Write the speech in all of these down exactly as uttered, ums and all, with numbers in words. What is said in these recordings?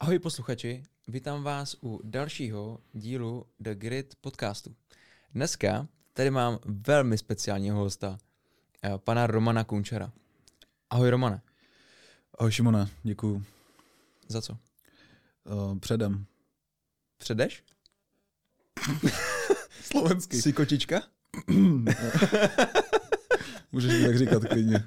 Ahoj posluchači, vítám vás u dalšího dílu The Grid podcastu. Dneska tady mám velmi speciálního hosta, pana Romana Kunčara. Ahoj Romane. Ahoj Šimone, děkuju. Za co? Uh, předem. Předeš? Slovensky. Jsi kočička? Můžeš mi tak říkat klidně.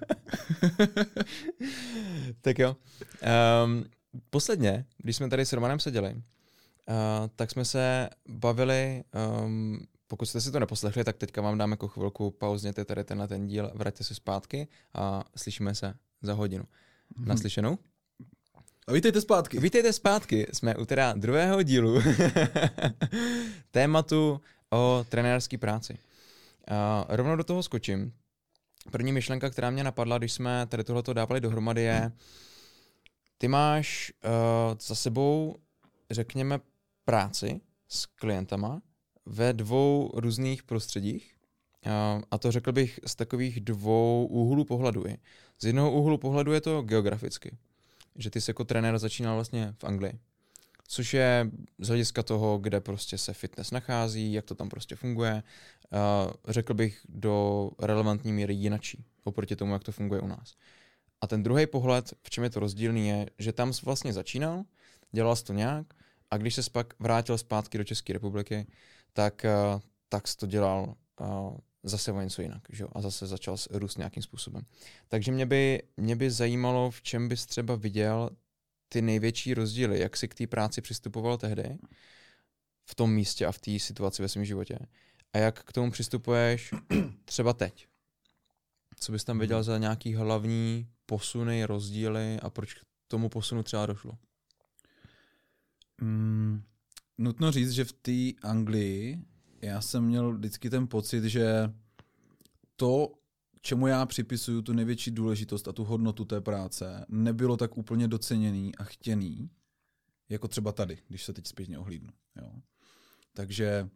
Tak jo. Um, posledně, když jsme tady s Romanem seděli, uh, tak jsme se bavili, um, pokud jste si to neposlechli, tak teďka vám dám jako chvilku, pauzněte tady ten na ten díl, vraťte se zpátky a slyšíme se za hodinu. Hmm. Naslyšenou? A vítejte zpátky. Vítejte zpátky. Jsme u teda druhého dílu tématu o trenérské práci. Uh, rovnou do toho skočím. První myšlenka, která mě napadla, když jsme tady tohleto dávali dohromady, je, ty máš uh, za sebou, řekněme, práci s klientama ve dvou různých prostředích. Uh, a to řekl bych z takových dvou úhlů pohledu. Z jednoho úhlu pohledu je to geograficky. Že ty jsi jako trenér začínal vlastně v Anglii. Což je z hlediska toho, kde prostě se fitness nachází, jak to tam prostě funguje, uh, řekl bych do relevantní míry jinačí oproti tomu, jak to funguje u nás. A ten druhý pohled, v čem je to rozdílný, je, že tam jsi vlastně začínal, dělal jsi to nějak a když se pak vrátil zpátky do České republiky, tak, uh, tak jsi to dělal uh, zase o něco jinak, že? A zase začal růst nějakým způsobem. Takže mě by, mě by zajímalo, v čem bys třeba viděl ty největší rozdíly, jak jsi k té práci přistupoval tehdy, v tom místě a v té situaci ve svém životě. A jak k tomu přistupuješ třeba teď. Co bys tam viděl za nějaký hlavní posuny, rozdíly a proč k tomu posunu třeba došlo? Mm, nutno říct, že v té Anglii já jsem měl vždycky ten pocit, že to, čemu já připisuju tu největší důležitost a tu hodnotu té práce, nebylo tak úplně doceněný a chtěný, jako třeba tady, když se teď zpětně ohlídnu. Jo. Takže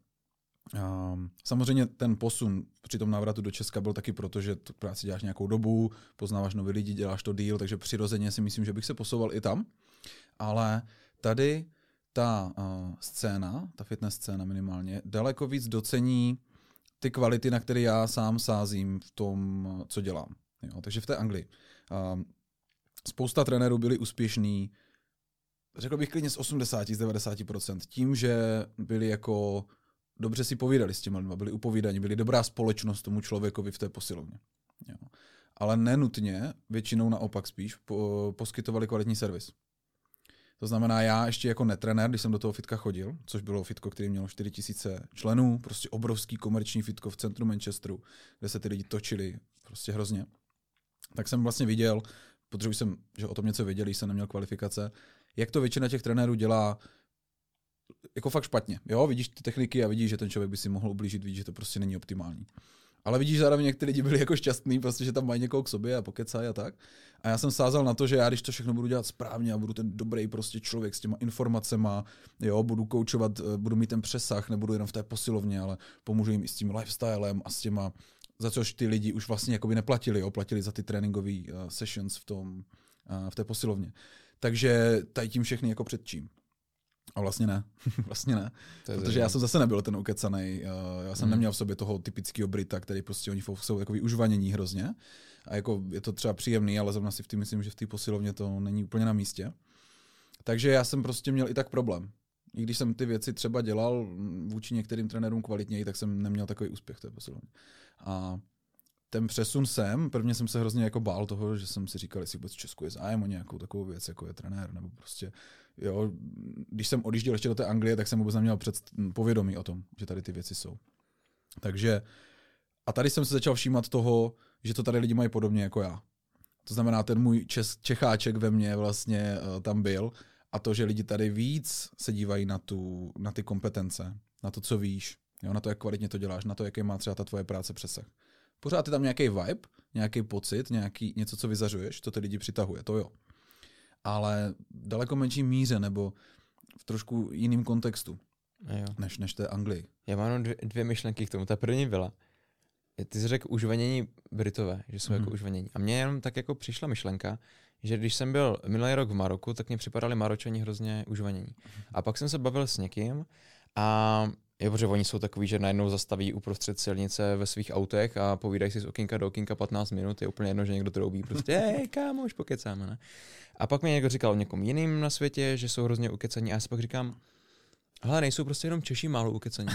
um, samozřejmě ten posun při tom návratu do Česka byl taky proto, že tu práci děláš nějakou dobu, poznáváš nové lidi, děláš to díl, takže přirozeně si myslím, že bych se posouval i tam. Ale tady ta uh, scéna, ta fitness scéna minimálně, daleko víc docení ty kvality, na které já sám sázím v tom, co dělám. Jo, takže v té Anglii. Um, spousta trenérů byli úspěšní, řekl bych klidně z osmdesát z devadesát procent, tím, že byli jako, dobře si povídali s těmi lidmi, byli upovídaní, byli dobrá společnost tomu člověkovi v té posilovně. Jo. Ale nenutně, většinou naopak spíš, po, poskytovali kvalitní servis. To znamená, já ještě jako netrenér, když jsem do toho fitka chodil, což bylo fitko, který mělo čtyři tisíce členů, prostě obrovský komerční fitko v centru Manchesteru, kde se ty lidi točili prostě hrozně, tak jsem vlastně viděl, protože už jsem že o tom něco věděl, když jsem neměl kvalifikace, jak to většina těch trenérů dělá jako fakt špatně. Jo, vidíš ty techniky a vidíš, že ten člověk by si mohl ublížit, vidíš, že to prostě není optimální. Ale vidíš zároveň, jak ty lidi byli jako šťastní, prostě, že tam mají někoho k sobě a pokecají a tak. A já jsem sázal na to, že já, když to všechno budu dělat správně a budu ten dobrý prostě člověk s těma informacema, jo, budu koučovat, budu mít ten přesah, nebudu jenom v té posilovně, ale pomůžu jim i s tím lifestylem a s těma, za což ty lidi už vlastně jakoby neplatili, jo, platili za ty tréninkové uh, sessions v tom, uh, v té posilovně. Takže tady tím všechny jako předčím. A vlastně ne, vlastně ne, protože zajímavé. Já jsem zase nebyl ten ukecanej, já jsem mm. neměl v sobě toho typického Brita, který prostě oni jsou takový užvanění hrozně a jako je to třeba příjemný, ale zrovna si v tý, myslím, že v té posilovně to není úplně na místě. Takže já jsem prostě měl i tak problém. I když jsem ty věci třeba dělal vůči některým trenérům kvalitněji, tak jsem neměl takový úspěch v té posilovně. A ten přesun sem, prvně jsem se hrozně jako bál toho, že jsem si říkal, jestli vůbec v Česku je zájem o nějakou takovou věc, jako je trenér, nebo prostě, jo, když jsem odjížděl ještě do té Anglie, tak jsem vůbec neměl před povědomí o tom, že tady ty věci jsou. Takže, a tady jsem se začal všímat toho, že to tady lidi mají podobně jako já. To znamená, ten můj čes, Čecháček ve mně vlastně uh, tam byl a to, že lidi tady víc se dívají na, tu, na ty kompetence, na to, co víš, jo, na to, jak kvalitně to děláš, na to, jaký má třeba ta tvoje práce přesah. Pořád je tam nějaký vibe, nějaký pocit, nějaký, něco, co vyzařuješ, to ty lidi přitahuje, to jo. Ale v daleko menší míře nebo v trošku jiném kontextu, jo. Než, než té Anglii. Já mám dvě, dvě myšlenky k tomu. Ta první byla, ty jsi řekl užvanění Britové, že jsou mm-hmm. jako užvanění. A mně jenom tak jako přišla myšlenka, že když jsem byl minulý rok v Maroku, tak mě připadali Maročani hrozně užvanění. A pak jsem se bavil s někým a je, protože oni jsou takový, že najednou zastaví uprostřed silnice ve svých autech a povídají si z okénka do okénka patnáct minut, je úplně jedno, že někdo troubí, prostě hej, kámoš, pokecáme, ne? A pak mi někdo říkal o někom jiným na světě, že jsou hrozně ukecaní a já si pak říkám, hele, nejsou prostě jenom Češi málo ukecaní.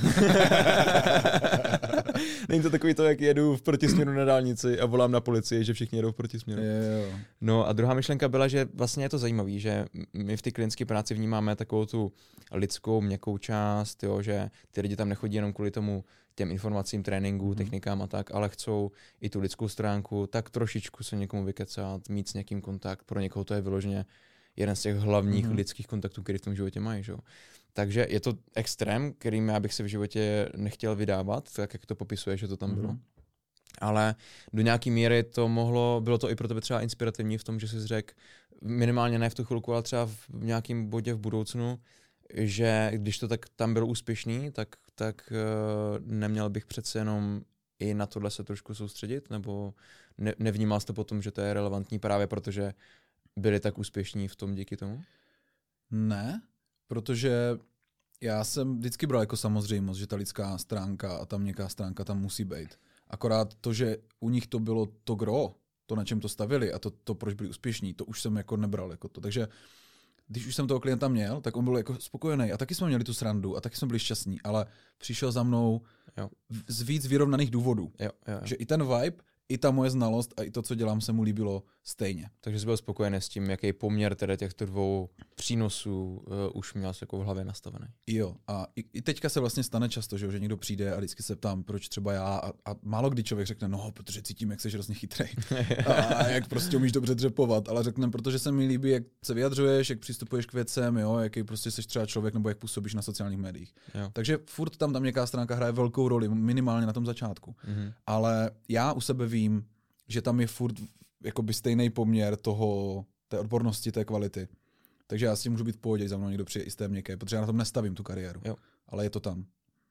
Není to takový to, jak jedu v protisměru na dálnici a volám na policii, že všichni jedou v protisměru. Je, jo. No a druhá myšlenka byla, že vlastně je to zajímavé, že my v té klientské práci vnímáme takovou tu lidskou, měkkou část, jo, že ty lidi tam nechodí jenom kvůli tomu těm informacím, tréninku, hmm. technikám a tak, ale chcou i tu lidskou stránku, tak trošičku se někomu vykecat, mít s někým kontakt. Pro někoho to je vyloženě jeden z těch hlavních hmm. lidských kontaktů, který v tom životě mají. Že? Takže je to extrém, kterým já bych se v životě nechtěl vydávat, tak jak to popisuje, že to tam bylo. Mm-hmm. Ale do nějaký míry to mohlo, bylo to i pro tebe třeba inspirativní v tom, že jsi řekl, minimálně ne v tu chvilku, ale třeba v nějakém bodě v budoucnu, že když to tak tam bylo úspěšný, tak, tak uh, neměl bych přece jenom i na tohle se trošku soustředit, nebo ne, nevnímal jsi to potom, že to je relevantní právě protože byli tak úspěšní v tom díky tomu? Ne, protože já jsem vždycky bral jako samozřejmost, že ta lidská stránka a ta měkká stránka tam musí být. Akorát to, že u nich to bylo to gro, to, na čem to stavili a to, to proč byli úspěšní, to už jsem jako nebral jako to. Takže když už jsem toho klienta měl, tak on byl jako spokojený a taky jsme měli tu srandu a taky jsme byli šťastní, ale přišel za mnou jo. z víc vyrovnaných důvodů. Jo, jo, jo. Že i ten vibe, i ta moje znalost a i to, co dělám, se mu líbilo stejně. Takže jsi byl spokojený s tím, jaký poměr teda těchto dvou přínosů uh, už měl jako v hlavě nastavený. Jo, a i, i teďka se vlastně stane často, že, že někdo přijde a vždycky se ptám, proč třeba já a, a málo kdy člověk řekne, no, protože cítím, jak jsi hrozně chytrej a, a jak prostě umíš dobře dřepovat, ale řekne, protože se mi líbí, jak se vyjadřuješ, jak přistupuješ k věcem, jo, jaký prostě jsi třeba člověk nebo jak působíš na sociálních médiích. Jo. Takže furt tam ta měkká stránka hraje velkou roli, minimálně na tom začátku. Mm-hmm. Ale já u sebe vím, že tam je furt jakoby stejný poměr toho, té odbornosti, té kvality. Takže já si můžu být v pohodě, za mnou někdo přijde i z té měkké, protože já na tom nestavím tu kariéru. Jo. Ale je to tam.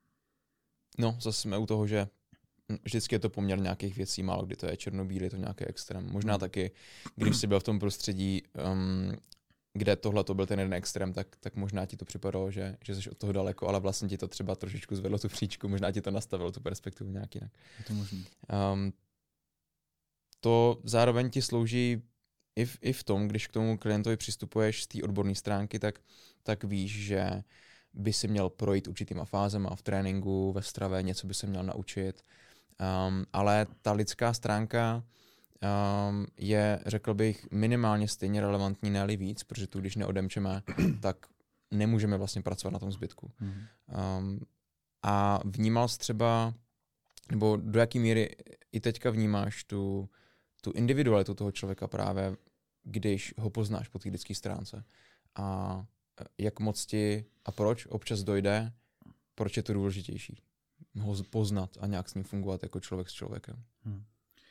No, zase jsme u toho, že vždycky je to poměr nějakých věcí, málo kdy to je černobílý, je to nějaký extrém. Možná taky, když jsi byl v tom prostředí, um, kde tohle to byl ten jeden extrém, tak, tak možná ti to připadalo, že, že jsi od toho daleko, ale vlastně ti to třeba trošičku zvedlo tu příčku, možná ti to nastavilo tu perspektivu nějak jinak. Je to možný. Um, to zároveň ti slouží i v, i v tom, když k tomu klientovi přistupuješ z té odborné stránky, tak, tak víš, že by si měl projít určitýma fázema v tréninku, ve stravě, něco by se měl naučit. Um, ale ta lidská stránka um, je, řekl bych, minimálně stejně relevantní, ne-li víc, protože tu, když neodemčeme, tak nemůžeme vlastně pracovat na tom zbytku. Mm. Um, a vnímal jsi třeba, nebo do jaký míry i teďka vnímáš tu tu individualitu toho člověka právě, když ho poznáš po té lidské stránce. A jak moc ti a proč občas dojde, proč je to důležitější. Ho poznat a nějak s ním fungovat jako člověk s člověkem. Hmm.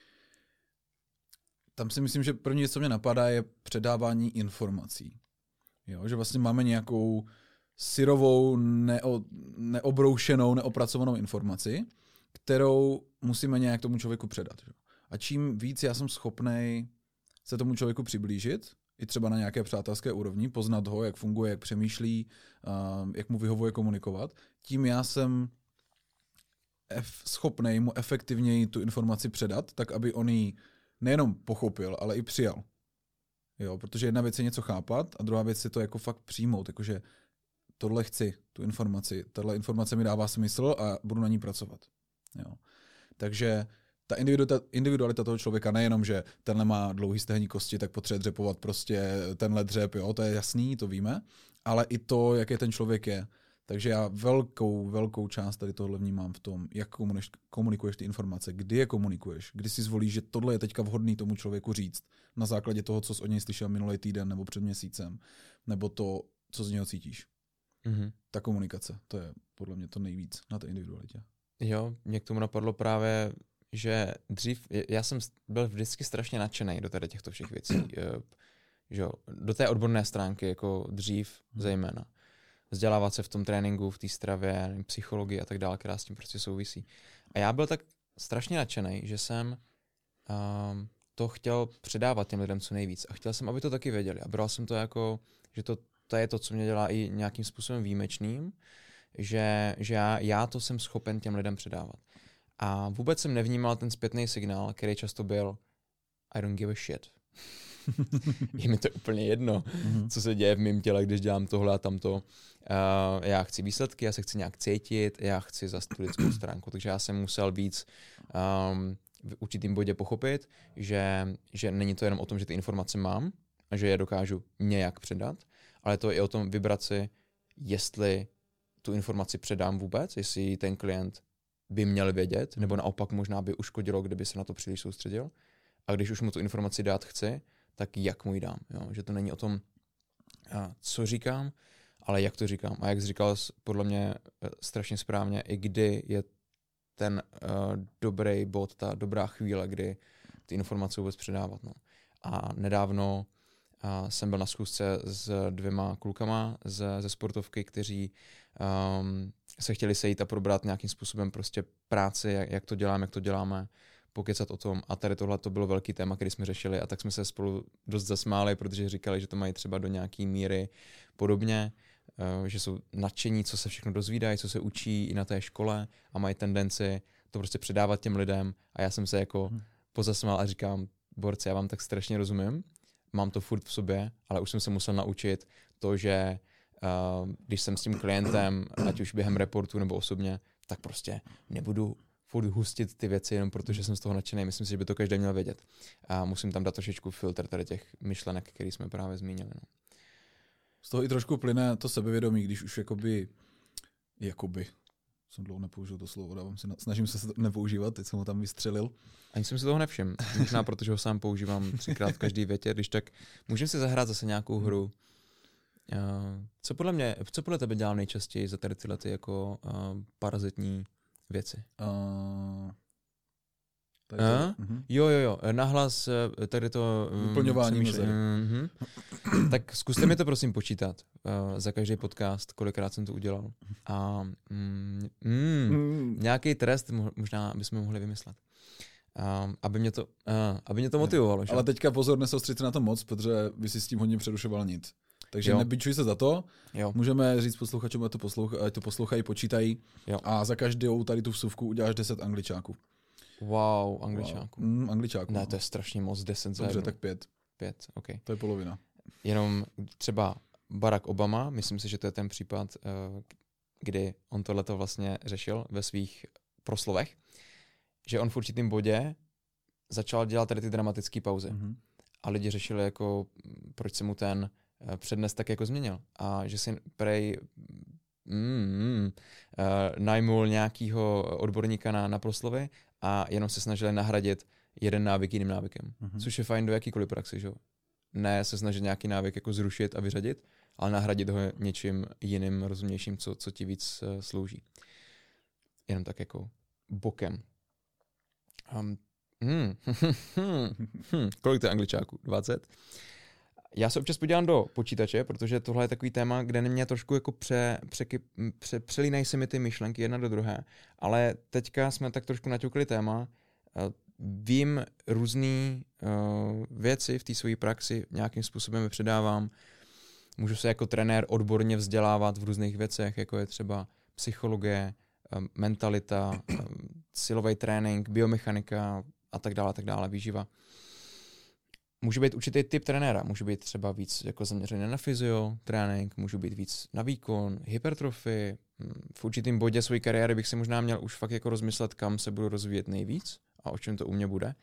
Tam si myslím, že první věc, co mě napadá, je předávání informací. Jo, že vlastně máme nějakou syrovou, neo, neobroušenou, neopracovanou informaci, kterou musíme nějak tomu člověku předat. Že? A čím víc já jsem schopnej se tomu člověku přiblížit, i třeba na nějaké přátelské úrovni, poznat ho, jak funguje, jak přemýšlí, jak mu vyhovuje komunikovat, tím já jsem schopnej mu efektivněji tu informaci předat, tak aby on ji nejenom pochopil, ale i přijal. Jo, protože jedna věc je něco chápat a druhá věc je to jako fakt přijmout, jakože tohle chci, tu informaci, tahle informace mi dává smysl a budu na ní pracovat. Jo. Takže ta individualita toho člověka nejenom, že tenhle má dlouhý stehní kosti, tak potřebuje dřepovat prostě tenhle dřep, jo, to je jasný, to víme, ale i to, jaký ten člověk je. Takže já velkou, velkou část tady tohle vnímám v tom, jak komunikuješ ty informace, kdy je komunikuješ, kdy si zvolíš, že tohle je teďka vhodný tomu člověku říct na základě toho, co jsi od něj slyšel minulý týden nebo před měsícem, nebo to, co z něho cítíš. Mm-hmm. Ta komunikace, to je podle mě to nejvíc na té individualitě. Jo, mě k tomu napadlo právě, že dřív, já jsem byl vždycky strašně nadšený do tady těchto všech věcí. Že do té odborné stránky, jako dřív zejména. Vzdělávat se v tom tréninku, v té stravě, psychologii a tak dále, která s tím prostě souvisí. A já byl tak strašně nadšený, že jsem um, to chtěl předávat těm lidem co nejvíc. A chtěl jsem, aby to taky věděli. A bral jsem to jako, že to, to je to, co mě dělá i nějakým způsobem výjimečným, že, že já, já to jsem schopen těm lidem předávat. A vůbec jsem nevnímal ten zpětný signál, který často byl I don't give a shit. Je mi to úplně jedno, mm-hmm. co se děje v mém těle, když dělám tohle a tamto. Uh, já chci výsledky, já se chci nějak cítit, já chci za tu lidskou stránku. Takže já jsem musel víc um, v určitým bodě pochopit, že, že není to jenom o tom, že ty informace mám a že je dokážu nějak předat, ale to je i o tom vybrat si, jestli tu informaci předám vůbec, jestli ten klient by měl vědět, nebo naopak možná by uškodilo, kdyby se na to příliš soustředil. A když už mu tu informaci dát chci, tak jak mu ji dám. Jo? Že to není o tom, co říkám, ale jak to říkám. A jak jsi říkal, podle mě strašně správně, i kdy je ten uh, dobrý bod, ta dobrá chvíle, kdy ty informace vůbec předávat. No. A nedávno uh, jsem byl na schůzce s dvěma klukama ze, ze sportovky, kteří um, se chtěli sejít a probrat nějakým způsobem prostě práci, jak, jak to děláme, jak to děláme, pokecat o tom. A tady tohle to bylo velký téma, který jsme řešili a tak jsme se spolu dost zasmáli, protože říkali, že to mají třeba do nějaký míry podobně, uh, že jsou nadšení, co se všechno dozvídají, co se učí i na té škole a mají tendenci to prostě předávat těm lidem. A já jsem se jako hmm. pozasmál a říkám, borci, já vám tak strašně rozumím, mám to furt v sobě, ale už jsem se musel naučit to, že uh, když jsem s tím klientem, ať už během reportu nebo osobně, tak prostě nebudu furt hustit ty věci jenom protože jsem z toho nadšený. Myslím si, že by to každý měl vědět. A musím tam dát trošičku filtr tady těch myšlenek, které jsme právě zmínili. No. Z toho i trošku plyne to sebevědomí, když už jakoby, jakoby, jsem dlouho nepoužil to slovo, dávám si, snažím se to nepoužívat, teď jsem ho tam vystřelil. Ani jsem si toho nevšiml. Možná protože ho sám používám třikrát v každý větě, když tak můžeme si zahrát zase nějakou hru. Uh, co podle mě, co podle tebe dělám nejčastěji za tady tyhle ty jako uh, parazitní věci? Uh, tady to, uh? Jo, jo, jo, nahlas tady to... Vyplňování mezery. Uh-huh. Tak zkuste mi to prosím počítat uh, za každý podcast, kolikrát jsem to udělal. A mm, mm, mm. nějaký trest možná bychom mohli vymyslet. Um, aby, mě to, uh, aby mě to motivovalo. Že? Ale teďka pozor, nesoustřeďte na to moc, protože vy si s tím hodně přerušoval nic. Takže jo. Nebičuj se za to. Jo. Můžeme říct posluchačům, ať to, poslouch, ať to poslouchají, počítají. Jo. A za každou tady tu vsuvku uděláš deset angličáků. Wow, angličáků. Wow. Mm, angličáků. Ne, to je strašně moc, deset za Dobře, tak pět. Pět, ok. To je polovina. Jenom třeba Barack Obama, myslím si, že to je ten případ, kdy on tohleto vlastně řešil ve svých proslovech, že on v určitém bodě začal dělat tady ty dramatické pauzy. Mm-hmm. A lidi řešili, jako, proč se mu ten přednes tak jako změnil. A že si prej mm, mm, uh, najmul nějakýho odborníka na, na proslovy a jenom se snažili nahradit jeden návyk jiným návykem. Mm-hmm. Což je fajn do jakýkoliv praxi, že jo? Ne se snažit nějaký návyk jako zrušit a vyřadit, ale nahradit ho něčím jiným, rozumnějším, co, co ti víc uh, slouží. Jenom tak jako bokem. Um, hmm, hmm, kolik to je angličáků? dvacet? Já se občas podívám do počítače, protože tohle je takový téma, kde mě trošku jako pře, pře, pře, přelínají se mi ty myšlenky jedna do druhé, ale teďka jsme tak trošku naťukli téma. Vím různý uh, věci v té své praxi, nějakým způsobem je předávám. Můžu se jako trenér odborně vzdělávat v různých věcech, jako je třeba psychologie, um, mentalita, um, silový trénink, biomechanika a tak dále, tak dále, výživa. Může být určitý typ trenéra, může být třeba víc jako zaměřený na fyzio, trénink, může být víc na výkon, hypertrofii. V určitém bodě své kariéry bych si možná měl už fakt jako rozmyslet, kam se budu rozvíjet nejvíc a o čem to u mě bude.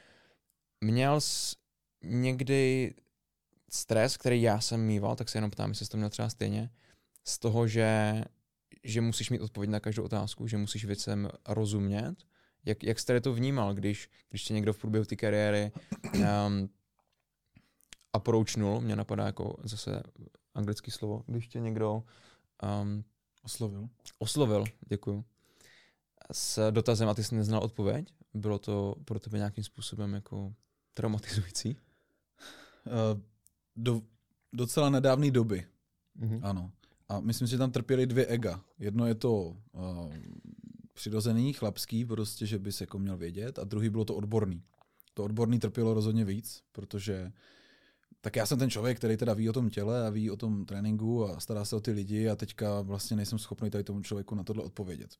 Měl jsi někdy stres, který já jsem mýval, tak se jenom ptám, jestli jsi to měl třeba stejně, z toho, že, že musíš mít odpověď na každou otázku, že musíš věcem rozumět. Jak, jak jste to vnímal, když, když tě někdo v průběhu té kariéry um, approachnul, mě napadá jako zase anglické slovo, když tě někdo um, oslovil. Oslovil, děkuju. S dotazem a ty jsi neznal odpověď? Bylo to pro tebe nějakým způsobem jako traumatizující? Uh, do docela nedávné doby, mm-hmm. ano. A myslím, že tam trpěly dvě ega. Jedno je to uh, přirozený, chlapský, prostě, že bys jako měl vědět, a druhý bylo to odborný. to odborný trpělo rozhodně víc, protože tak já jsem ten člověk, který teda ví o tom těle a ví o tom tréninku a stará se o ty lidi a teďka vlastně nejsem schopný tady tomu člověku na tohle odpovědět.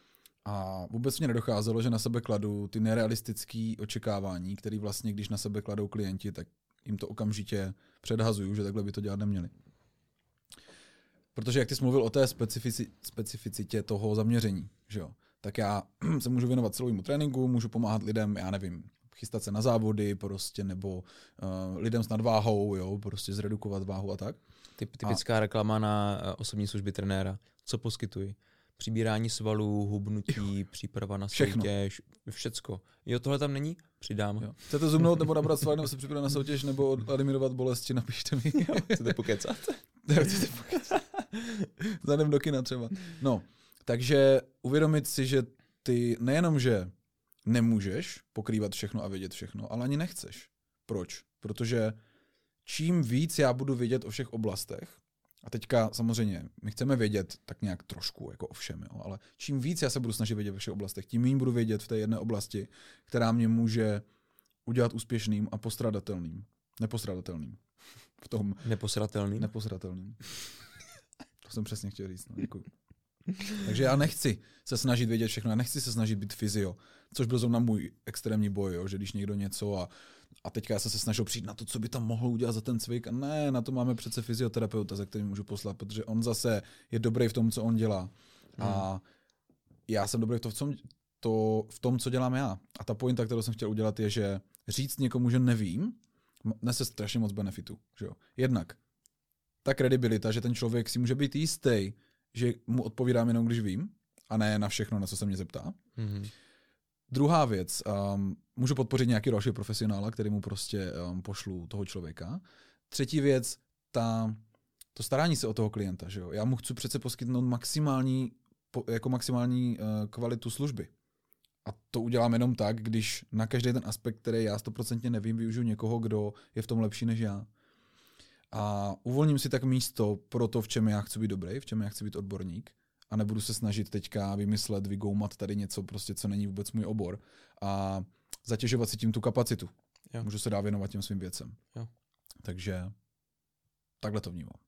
A vůbec mě nedocházelo, že na sebe kladu ty nerealistické očekávání, které vlastně, když na sebe kladou klienti, tak jim to okamžitě předhazuju, že takhle by to dělat neměli. Protože jak ty jsi mluvil o té specifici, specificitě toho zaměření, že jo, tak já se můžu věnovat celovému tréninku, můžu pomáhat lidem, já nevím, chystat se na závody prostě, nebo uh, lidem s nadváhou, jo, prostě zredukovat váhu a tak. Typ, typická a... reklama na uh, osobní služby trenéra. Co poskytují? Přibírání svalů, hubnutí, jo. příprava na soutěž, všecko. Jo, tohle tam není? Přidám. Jo. Chcete zubnout nebo nabrat svaly, nebo se připravit na soutěž, nebo eliminovat bolesti, napište mi. Chcete pokecat? Chcete pokecat. Zadem do kina třeba. No, takže uvědomit si, že ty nejenom, že nemůžeš pokrývat všechno a vědět všechno, ale ani nechceš. Proč? Protože čím víc já budu vědět o všech oblastech, a teďka samozřejmě my chceme vědět tak nějak trošku jako o všem, jo, ale čím víc já se budu snažit vědět ve všech oblastech, tím méně budu vědět v té jedné oblasti, která mě může udělat úspěšným a postradatelným. Nepostradatelným. V tom Neposradatelným? Neposradatelným. To jsem přesně chtěl říct. No, děkuji. Takže já nechci se snažit vědět všechno, já nechci se snažit být fyzio, což byl zrovna můj extrémní boj, jo, že když někdo něco a, a teďka já jsem se snažil přijít na to, co by tam mohlo udělat za ten cvik a ne, na to máme přece fyzioterapeuta, za kterým můžu poslat, protože on zase je dobrý v tom, co on dělá a hmm. já jsem dobrý v tom, co, to, v tom, co dělám já. A ta pointa, kterou jsem chtěl udělat, je, že říct někomu, že nevím, nese strašně moc benefitů. Že jo? Jednak ta kredibilita, že ten člověk si může být jistý, že mu odpovídám jenom, když vím, a ne na všechno, na co se mě zeptá. Mm-hmm. Druhá věc, um, můžu podpořit nějaký další profesionála, který mu prostě um, pošlu toho člověka. Třetí věc, ta, to starání se o toho klienta. Že jo? Já mu chci přece poskytnout maximální, po, jako maximální uh, kvalitu služby. A to udělám jenom tak, když na každý ten aspekt, který já stoprocentně nevím, využiju někoho, kdo je v tom lepší než já. A uvolním si tak místo pro to, v čem já chci být dobrý, v čem já chci být odborník a nebudu se snažit teďka vymyslet, vygoumat tady něco, prostě, co není vůbec můj obor a zatěžovat si tím tu kapacitu. Jo. Můžu se dát věnovat těm svým věcem. Jo. Takže takhle to vnímám.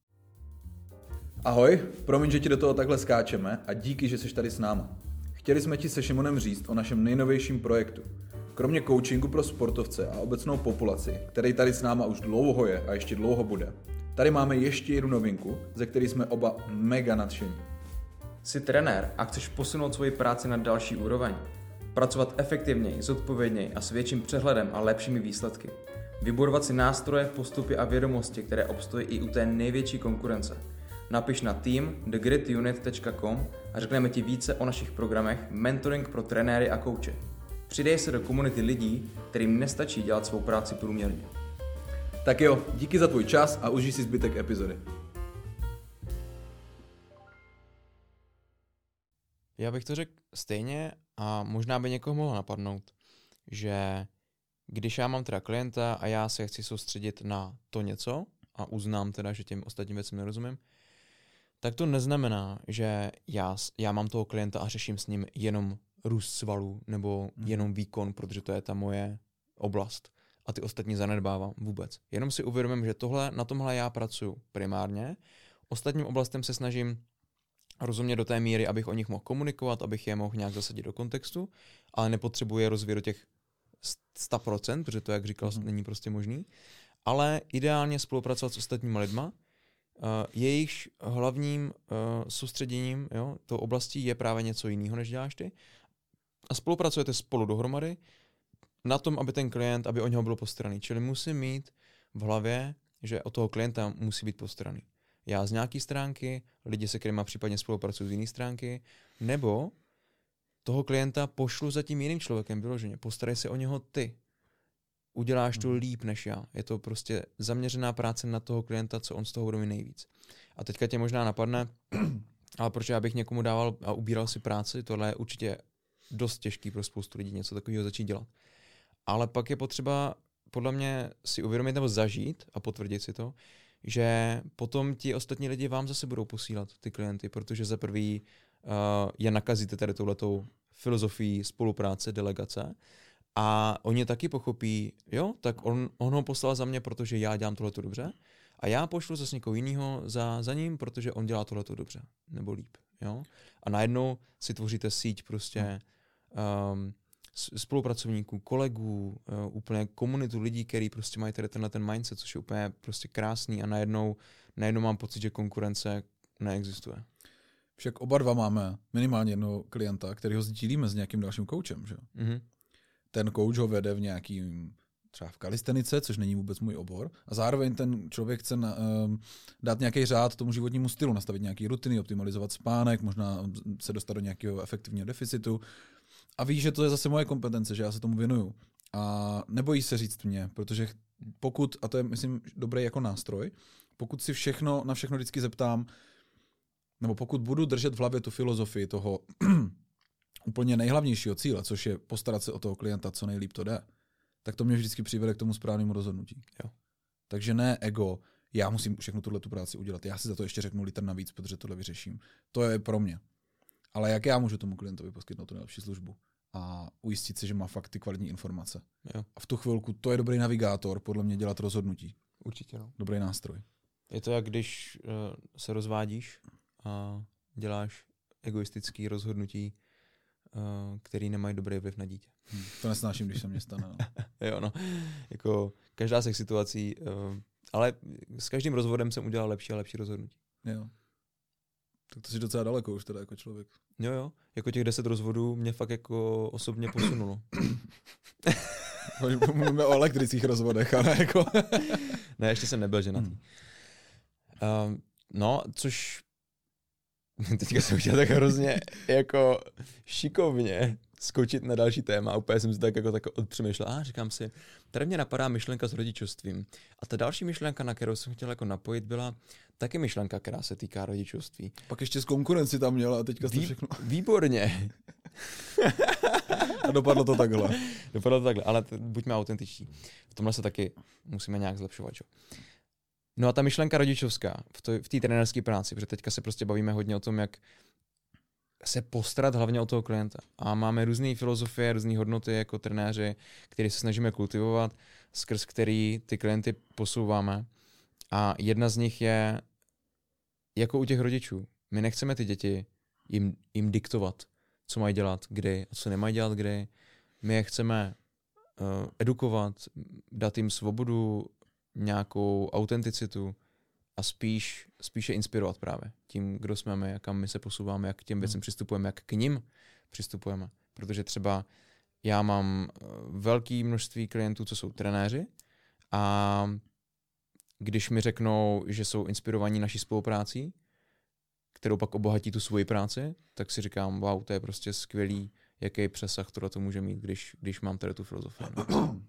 Ahoj, promiň, že ti do toho takhle skáčeme a díky, že jsi tady s náma. Chtěli jsme ti se Šimonem říct o našem nejnovějším projektu. Kromě coachingu pro sportovce a obecnou populaci, který tady s náma už dlouho je a ještě dlouho bude, tady máme ještě jednu novinku, ze které jsme oba mega nadšení. Jsi trenér a chceš posunout svoji práci na další úroveň? Pracovat efektivněji, zodpovědněji a s větším přehledem a lepšími výsledky. Vybudovat si nástroje, postupy a vědomosti, které obstojí i u té největší konkurence. Napiš na team the grit unit tečka com a řekneme ti více o našich programech Mentoring pro trenéry a kouče. Přidej se do komunity lidí, kterým nestačí dělat svou práci průměrně. Tak jo, díky za tvůj čas a užij si zbytek epizody. Já bych to řekl stejně a možná by někoho mohlo napadnout, že když já mám teda klienta a já se chci soustředit na to něco a uznám teda, že těm ostatním věcem nerozumím, tak to neznamená, že já, já mám toho klienta a řeším s ním jenom růst svalů nebo jenom výkon, protože to je ta moje oblast a ty ostatní zanedbávám vůbec. Jenom si uvědomím, že tohle, na tomhle já pracuji primárně. Ostatním oblastem se snažím rozumět do té míry, abych o nich mohl komunikovat, abych je mohl nějak zasadit do kontextu, ale nepotřebuji je rozvíjet do těch sto procent, protože to, jak říkal, mm. není prostě možný. Ale ideálně spolupracovat s ostatními lidma. Uh, jejichž hlavním uh, soustředěním, jo, tou oblastí je právě něco jiného, než děláš ty. A spolupracujete spolu dohromady na tom, aby ten klient, aby o něho bylo postaraný. Čili musím mít v hlavě, že od toho klienta musí být postaraný. Já z nějaký stránky, lidi, se kterými případně spolupracuju z jiné stránky, nebo toho klienta pošlu za tím jiným člověkem vyloženě. Postarej se o něho ty. Uděláš to líp než já. Je to prostě zaměřená práce na toho klienta, co on z toho bude mít nejvíc. A teďka tě možná napadne, ale proč já bych někomu dával a ubíral si práci, tohle je určitě dost těžký pro spoustu lidí něco takového začít dělat. Ale pak je potřeba podle mě si uvědomit nebo zažít a potvrdit si to, že potom ti ostatní lidi vám zase budou posílat ty klienty, protože za prvý uh, je nakazíte tady touhletou filozofii spolupráce, delegace A oni taky pochopí, jo, tak on, on ho poslal za mě, protože já dělám tohleto dobře. A já pošlu zase někoho jiného za, za ním, protože on dělá tohleto dobře. Nebo líp, jo. A najednou si tvoříte síť prostě um, spolupracovníků, kolegů, uh, úplně komunitu lidí, kteří prostě mají tady tenhle ten mindset, což je úplně prostě krásný a najednou, najednou mám pocit, že konkurence neexistuje. Však oba dva máme minimálně jednoho klienta, který ho sdílíme s nějakým dalším koučem, že? Mm-hmm. Ten kouč ho vede v nějakým, třeba v kalistenice, což není vůbec můj obor, a zároveň ten člověk chce na, um, dát nějaký řád tomu životnímu stylu, nastavit nějaký rutiny, optimalizovat spánek, možná se dostat do nějakého efektivního deficitu. A ví, že to je zase moje kompetence, že já se tomu věnuju. A nebojí se říct mě, protože pokud, a to je, myslím, dobrý jako nástroj, pokud si všechno, na všechno vždycky zeptám, nebo pokud budu držet v hlavě tu filozofii toho úplně nejhlavnějšího cíle, což je postarat se o toho klienta, co nejlíp to jde, tak to mě vždycky přivede k tomu správnému rozhodnutí. Jo. Takže ne ego, já musím všechno tuhle tu práci udělat, já si za to ještě řeknu litr navíc, protože tohle vyřeším. To je pro mě. Ale jak já můžu tomu klientovi poskytnout tu nejlepší službu a ujistit se, že má fakt ty kvalitní informace. Jo. A v tu chvilku to je dobrý navigátor, podle mě dělat rozhodnutí. Určitě, no. Dobrý nástroj. Je to jak když uh, se rozvádíš a děláš egoistický rozhodnutí, uh, který nemají dobrý vliv na dítě. Hmm, to nesnáším, když se mě stane. No. Jo, no. Jako každá z těch situací, uh, ale s každým rozvodem jsem udělal lepší a lepší rozhodnutí. Jo. Tak to jsi docela daleko už teda jako člověk. Jo, jo. Jako těch deset rozvodů mě fakt jako osobně posunulo. Mluvíme o elektrických rozvodech, ale jako... Ne, ještě jsem nebyl ženatý. Hmm. Um, no, což teďka jsem chtěl tak hrozně jako šikovně skočit na další téma. Úplně jsem si tak jako tak odpřemýšlel. A říkám si, tady mě napadá myšlenka s rodičovstvím. A ta další myšlenka, na kterou jsem chtěl jako napojit, byla taky myšlenka, která se týká rodičovství. Pak ještě z konkurenci tam měla a teďka jste Vý, všechno... Výborně. A dopadlo to takhle. Dopadlo to takhle, ale t- buďme autentičtí. V tomhle se taky musíme nějak zlepšovat. Čo? No a ta myšlenka rodičovská v, to, v té trenérské práci, protože teďka se prostě bavíme hodně o tom, jak se postarat hlavně o toho klienta. A máme různé filozofie, různé hodnoty jako trenéři, které se snažíme kultivovat, skrz který ty klienty posouváme. A jedna z nich je, jako u těch rodičů, my nechceme ty děti jim, jim diktovat, co mají dělat kdy a co nemají dělat kdy. My je chceme uh, edukovat, dát jim svobodu, nějakou autenticitu a spíš, spíše inspirovat právě tím, kdo jsme my, kam my se posouváme, jak k těm věcem přistupujeme, jak k nim přistupujeme. Protože třeba já mám velké množství klientů, co jsou trenéři a když mi řeknou, že jsou inspirovaní naší spoluprácí, kterou pak obohatí tu svoji práci, tak si říkám, wow, to je prostě skvělý, jaký přesah tohle to může mít, když, když mám tady tu filozofii. No.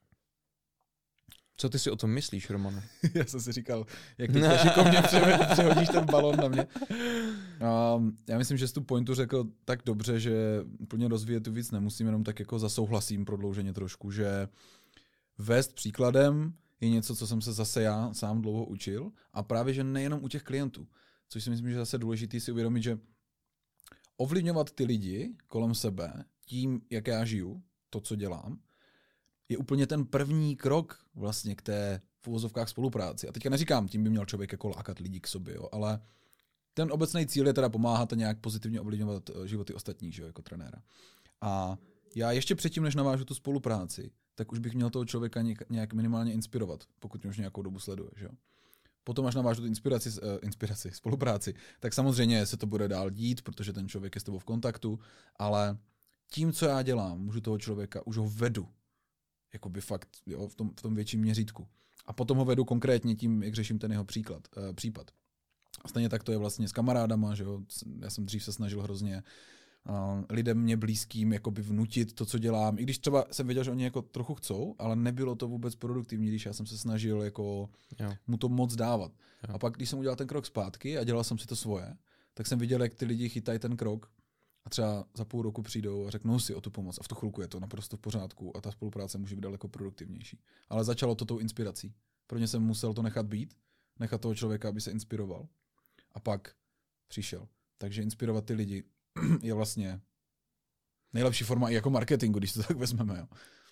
Co ty si o tom myslíš, Romane? Já jsem si říkal, jak ty šikovně přehodíš ten balón na mě. Um, já myslím, že jsi tu pointu řekl tak dobře, že úplně rozvíjet tu víc nemusím, jenom tak jako zasouhlasím prodlouženě trošku, že vést příkladem je něco, co jsem se zase já sám dlouho učil a právě, že nejenom u těch klientů, což si myslím, že je zase důležitý si uvědomit, že ovlivňovat ty lidi kolem sebe tím, jak já žiju, to, co dělám, je úplně ten první krok vlastně k té v uvozovkách spolupráci. A teďka neříkám, tím by měl člověk jako lákat lidi k sobě, jo, ale ten obecný cíl je teda pomáhat a nějak pozitivně ovlivňovat životy ostatních, že jo, jako trenéra. A já ještě předtím, než navážu tu spolupráci, tak už bych měl toho člověka nějak minimálně inspirovat, pokud mě už nějakou dobu sleduje, že jo. Potom, až navážu tu inspiraci, uh, inspiraci, spolupráci, tak samozřejmě se to bude dál dít, protože ten člověk je s tebou v kontaktu, ale tím, co já dělám, můžu toho člověka, už ho vedu, jakoby fakt, jo, v tom, v tom větším měřítku. A potom ho vedu konkrétně tím, jak řeším ten jeho příklad, uh, případ. A stejně tak to je vlastně s kamarádama, že jo, já jsem dřív se snažil hrozně uh, lidem mě blízkým jakoby vnutit to, co dělám, i když třeba jsem věděl, že oni jako trochu chcou, ale nebylo to vůbec produktivní, když já jsem se snažil jako jo. mu to moc dávat. Jo. A pak, když jsem udělal ten krok zpátky a dělal jsem si to svoje, tak jsem viděl, jak ty lidi chytají ten krok a třeba za půl roku přijdou a řeknou si o tu pomoc a v tu chvilku je to naprosto v pořádku a ta spolupráce může být daleko produktivnější. Ale začalo to tou inspirací. Pro ně jsem musel to nechat být, nechat toho člověka, aby se inspiroval. A pak přišel. Takže inspirovat ty lidi je vlastně nejlepší forma i jako marketingu, když to tak vezmeme. Jo.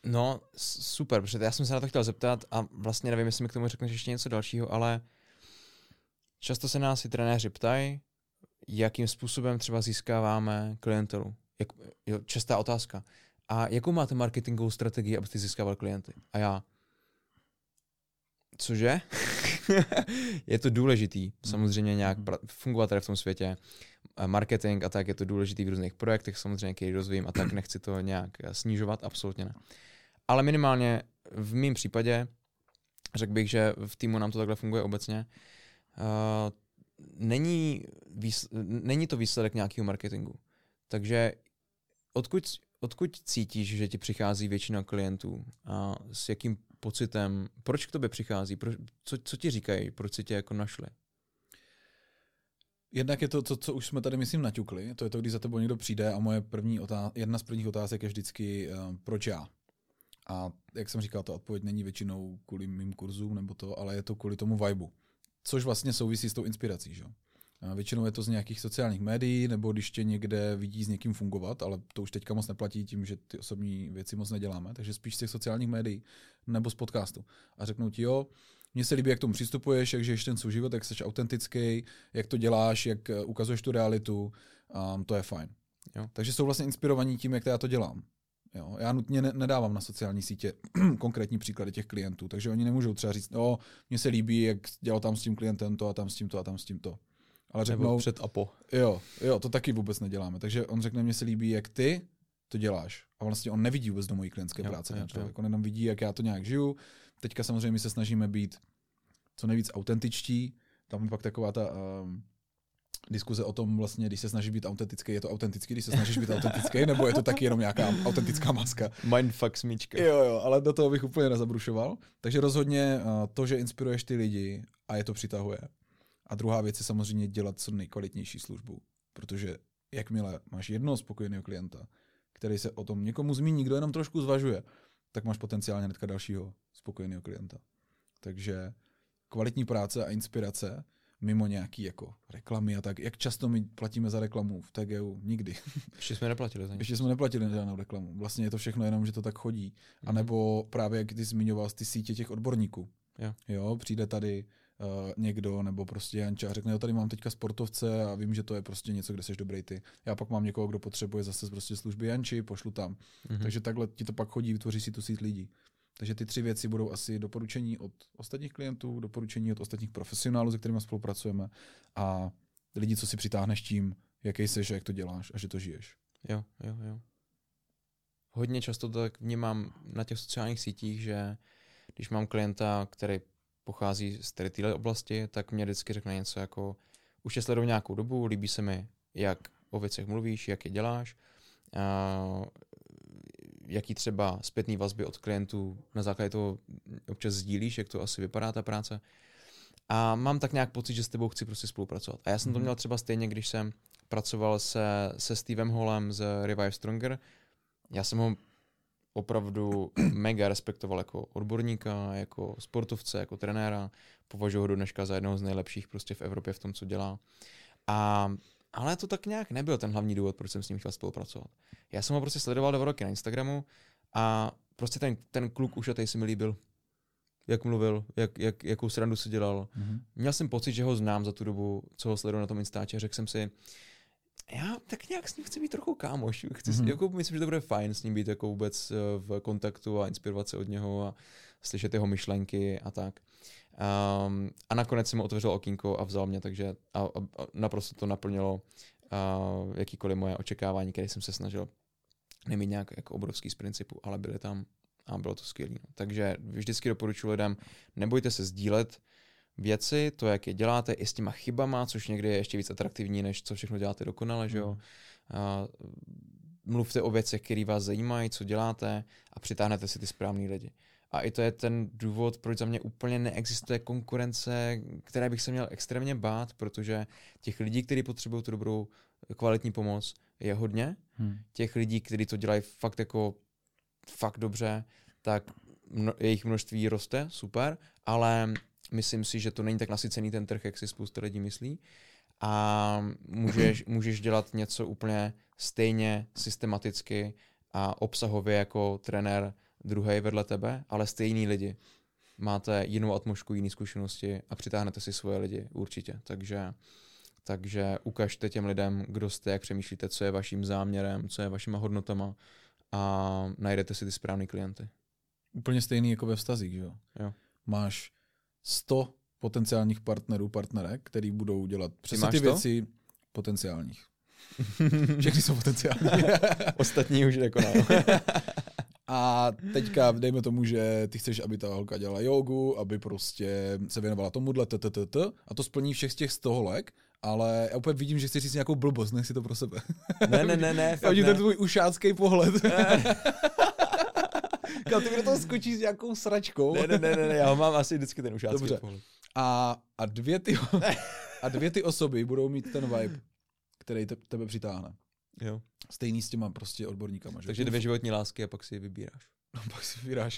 No, super, protože já jsem se na to chtěl zeptat a vlastně nevím, jestli mi k tomu řekneš ještě něco dalšího, ale často se nás i trenéři ptají, jakým způsobem třeba získáváme klientelu. Jak, jo, častá otázka. A jakou máte marketingovou strategii, abyste získával klienty? A já, cože? Je to důležitý, samozřejmě nějak pra- fungovat tady v tom světě. Marketing a tak je to důležitý v různých projektech, samozřejmě, který rozvíjím a tak nechci to nějak snižovat, absolutně ne. Ale minimálně v mém případě, řekl bych, že v týmu nám to takhle funguje obecně, uh, není, výs- není to výsledek nějakého marketingu. Takže odkud, odkud cítíš, že ti přichází většina klientů a s jakým pocitem, proč k tobě přichází, proč, co, co ti říkají, proč si tě jako našli? Jednak je to, to, co už jsme tady, myslím, naťukli, to je to, když za tebou někdo přijde a moje první otáz- jedna z prvních otázek je vždycky, uh, proč já? A jak jsem říkal, ta odpověď není většinou kvůli mým kurzům nebo to, ale je to kvůli tomu vibu. Což vlastně souvisí s tou inspirací. Že? A většinou je to z nějakých sociálních médií, nebo když tě někde vidí s někým fungovat, ale to už teďka moc neplatí tím, že ty osobní věci moc neděláme, takže spíš z těch sociálních médií nebo z podcastu. A řeknou ti, jo, mně se líbí, jak tomu přistupuješ, jak žiješ ten svůj život, jak jsi autentický, jak to děláš, jak ukazuješ tu realitu, um, to je fajn. Jo. Takže jsou vlastně inspirovaní tím, jak to já to dělám. Jo, já nutně ne- nedávám na sociální sítě konkrétní příklady těch klientů, takže oni nemůžou třeba říct, no, mně se líbí, jak dělal tam s tím klientem to a tam s tím to a tam s tím to. Ale řeknou, nebo před a po. Jo, jo, to taky vůbec neděláme. Takže on řekne, mně se líbí, jak ty to děláš. A vlastně on nevidí vůbec do mojí klientské jo, práce. Jo, ten člověk. Jo. On jenom vidí, jak já to nějak žiju. Teďka samozřejmě my se snažíme být co nejvíc autentičtí. Tam pak taková ta um, diskuze o tom vlastně, když se snažíš být autentický, je to autentický, když se snažíš být autentický, nebo je to taky jenom nějaká autentická maska. Mindfuck smíčka. Jo, jo, ale do toho bych úplně nezabrušoval. Takže rozhodně uh, to, že inspiruješ ty lidi a je to přitahuje. A druhá věc je samozřejmě dělat co nejkvalitnější službu. Protože jakmile máš jednoho spokojeného klienta, který se o tom někomu zmíní, kdo jenom trošku zvažuje, tak máš potenciálně hnedka dalšího spokojeného klienta. Takže kvalitní práce a inspirace mimo nějaký jako reklamy a tak. Jak často my platíme za reklamu v T G U? Nikdy. Ještě jsme neplatili za ní. Ještě jsme neplatili na žádnou reklamu. Vlastně je to všechno jenom, že to tak chodí. Mm-hmm. A nebo právě, jak ty zmiňoval, ty sítě těch odborníků. Jo. Jo, přijde tady uh, někdo, nebo prostě Janča a řekne, jo, tady mám teďka sportovce a vím, že to je prostě něco, kde jsi dobrý ty. Já pak mám někoho, kdo potřebuje zase prostě služby Janči, pošlu tam. Mm-hmm. Takže takhle ti to pak chodí, vytvoří si tu síť lidí. Takže ty tři věci budou asi doporučení od ostatních klientů, doporučení od ostatních profesionálů, se kterými spolupracujeme a lidi, co si přitáhneš tím, jaký jsi, jak to děláš a že to žiješ. Jo, jo, jo. Hodně často to tak vnímám na těch sociálních sítích, že když mám klienta, který pochází z tady téhle oblasti, tak mě vždycky řekne něco jako už je sleduju nějakou dobu, líbí se mi, jak o věcech mluvíš, jak je děláš, a jaký třeba zpětný vazby od klientů na základě toho občas sdílíš, jak to asi vypadá ta práce. A mám tak nějak pocit, že s tebou chci prostě spolupracovat. A já jsem to měl třeba stejně, když jsem pracoval se, se Stevem Hallem z Revive Stronger. Já jsem ho opravdu mega respektoval jako odborníka, jako sportovce, jako trenéra. Považuji ho do dneška za jednoho z nejlepších prostě v Evropě v tom, co dělá. A, ale to tak nějak nebyl ten hlavní důvod, proč jsem s ním chtěl spolupracovat. Já jsem ho prostě sledoval dva roky na Instagramu a prostě ten, ten kluk ušatej si mi líbil. Jak mluvil, jak, jak, jakou srandu si dělal. Mm-hmm. Měl jsem pocit, že ho znám za tu dobu, co ho sleduju na tom Instači a řekl jsem si, já tak nějak s ním chci být trochu kámoš. Chci, mm-hmm. jako, myslím, že to bude fajn s ním být jako vůbec v kontaktu a inspirovat se od něho a slyšet jeho myšlenky a tak. Um, a nakonec jsem mu otevřel okýnko a vzal mě, takže a, a, a naprosto to naplnilo uh, jakýkoliv moje očekávání, které jsem se snažil nemít nějak jako obrovský z principu, ale byly tam a bylo to skvělé. Takže vždycky doporučuji lidem, nebojte se sdílet věci, to, jak je děláte, i s těma chybama, což někdy je ještě víc atraktivní, než co všechno děláte dokonale, že jo. Mm. Mluvte o věcech, které vás zajímají, co děláte a přitáhnete si ty správný lidi. A i to je ten důvod, proč za mě úplně neexistuje konkurence, které bych se měl extrémně bát, protože těch lidí, kteří potřebují tu dobrou kvalitní pomoc, je hodně. Hmm. Těch lidí, kteří to dělají fakt jako fakt dobře, tak mno, jejich množství roste, super, ale myslím si, že to není tak nasycený ten trh, jak si spousta lidí myslí. A můžeš, můžeš dělat něco úplně stejně systematicky a obsahově jako trenér druhý vedle tebe, ale stejný lidi. Máte jinou atmosféru, jiné zkušenosti a přitáhnete si svoje lidi určitě. Takže, takže ukažte těm lidem, kdo jste, jak přemýšlíte, co je vaším záměrem, co je vašima hodnotama a najdete si ty správný klienty. Úplně stejný jako ve vztazích, že jo? Jo. Máš sto potenciálních partnerů, partnerek, který budou dělat přesně máš ty to? věci potenciálních. Všechny jsou potenciální. Ostatní už jako no. A teďka dejme tomu, že ty chceš, aby ta holka dělala jogu, aby prostě se věnovala tomuhle, t, t, t, t, a to splní všech z těch sto holek, ale já úplně vidím, že chci říct nějakou blbost, nech si to pro sebe. Ne, ne, ne, ne. Já vidím ne. ten tvůj ušácký pohled. Ty mi do toho skočíš s nějakou sračkou. Ne, ne, ne, ne, já ho mám asi vždycky ten ušácký Dobře. pohled. A, a, dvě ty, a dvě ty osoby budou mít ten vibe, který te, tebe přitáhne. Jo. Stejný s těma prostě odborníkama. Že? Takže dvě životní lásky a pak si je vybíráš. No, pak si vybíráš.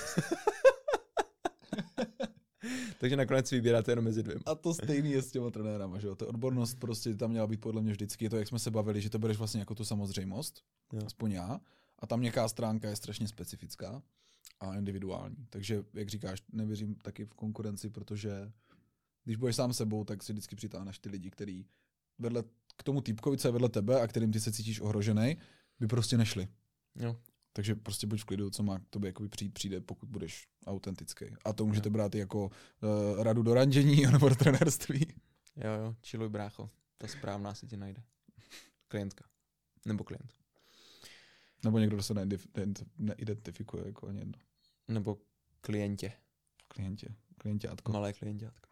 Takže nakonec si vybíráte jenom mezi dvěma. A to stejný je s těma trenérama, že jo? Ta odbornost prostě tam měla být podle mě vždycky. Je to, jak jsme se bavili, že to bereš vlastně jako tu samozřejmost, Jo. aspoň já. A ta měkká stránka je strašně specifická a individuální. Takže, jak říkáš, nevěřím taky v konkurenci, protože když budeš sám sebou, tak si vždycky přitáhneš ty lidi, který vedle k tomu týpkovi, co je vedle tebe a kterým ty se cítíš ohrožený, by prostě nešli. Jo. Takže prostě buď v klidu, co má k tobě jakoby přijít, přijde, pokud budeš autentický. A to můžete brát i jako uh, radu do randění nebo do trenérství. Jo, jo, čiluj brácho. Ta správná si tě najde. Klientka. Nebo klient. Nebo někdo, kdo se neidentif- neidentifikuje jako ani jedno. Nebo klientě. Klientě. Klienťátko. Malé klienťátko.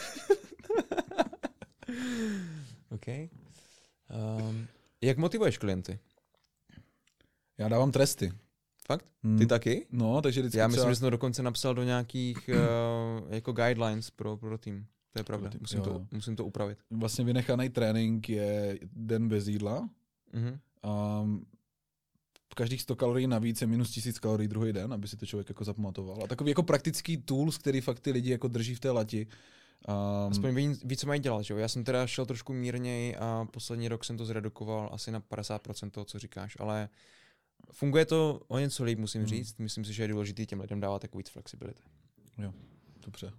OK. Um, jak motivuješ klienty? Já dávám tresty. Fakt? Hmm. Ty taky? No, takže vždycky Já myslím, třeba... že jsem to dokonce napsal do nějakých uh, jako guidelines pro, pro tým. To je pravda. Musím, jo. to, musím to upravit. Vlastně vynechaný trénink je den bez jídla. Mhm. Um, každých sto kalorií navíc je minus tisíc kalorií druhý den, aby si to člověk jako zapamatoval. A takový jako praktický tools, který fakt ty lidi jako drží v té lati. Um, Aspoň ví, ví, co mají dělat, že jo? Já jsem teda šel trošku mírněji a poslední rok jsem to zredukoval asi na padesát procent toho, co říkáš, ale funguje to o něco líp, musím Hmm. říct. Myslím si, že je důležitý těm lidem dávat takový flexibility. Jo, dobře.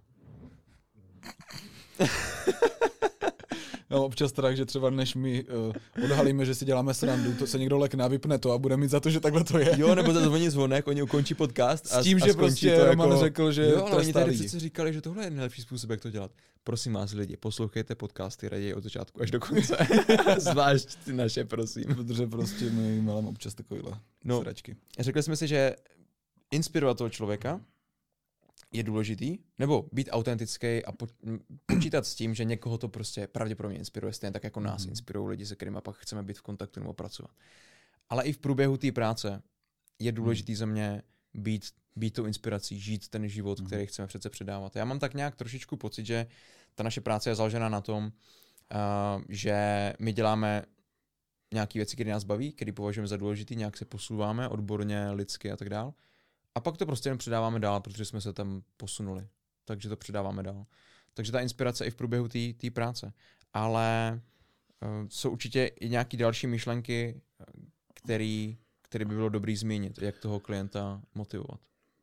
No, občas tak, že třeba než my uh, odhalíme, že si děláme srandu, to se někdo lekne a vypne to a bude mít za to, že takhle to je. Jo, nebo zazvoní zvonek, oni ukončí podcast a S tím, a že skončí prostě to Roman jako... řekl, že jo, ale oni trestá tady lidi. přece říkali, že tohle je nejlepší způsob, jak to dělat. Prosím vás lidi, poslouchejte podcasty raději od začátku až do konce. Zvlášť ty naše, prosím. Protože prostě my máme občas takovýhle No. sračky. Řekli jsme si, že inspirovat toho člověka je důležitý, nebo být autentický a po, m, počítat s tím, že někoho to prostě pravděpodobně inspiruje, stejně tak jako nás Mhm. inspirují lidi, se kterými pak chceme být v kontaktu nebo pracovat. Ale i v průběhu té práce je důležitý za mě být, být tou inspirací, žít ten život, Mhm. který chceme přece předávat. Já mám tak nějak trošičku pocit, že ta naše práce je založena na tom, uh, že my děláme nějaké věci, které nás baví, které považujeme za důležitý, nějak se posouváme odborně, lidsky a tak dál. A pak to prostě jen předáváme dál, protože jsme se tam posunuli. Takže to předáváme dál. Takže ta inspirace i v průběhu té práce. Ale uh, jsou určitě i nějaké další myšlenky, který, který by bylo dobrý zmínit, jak toho klienta motivovat.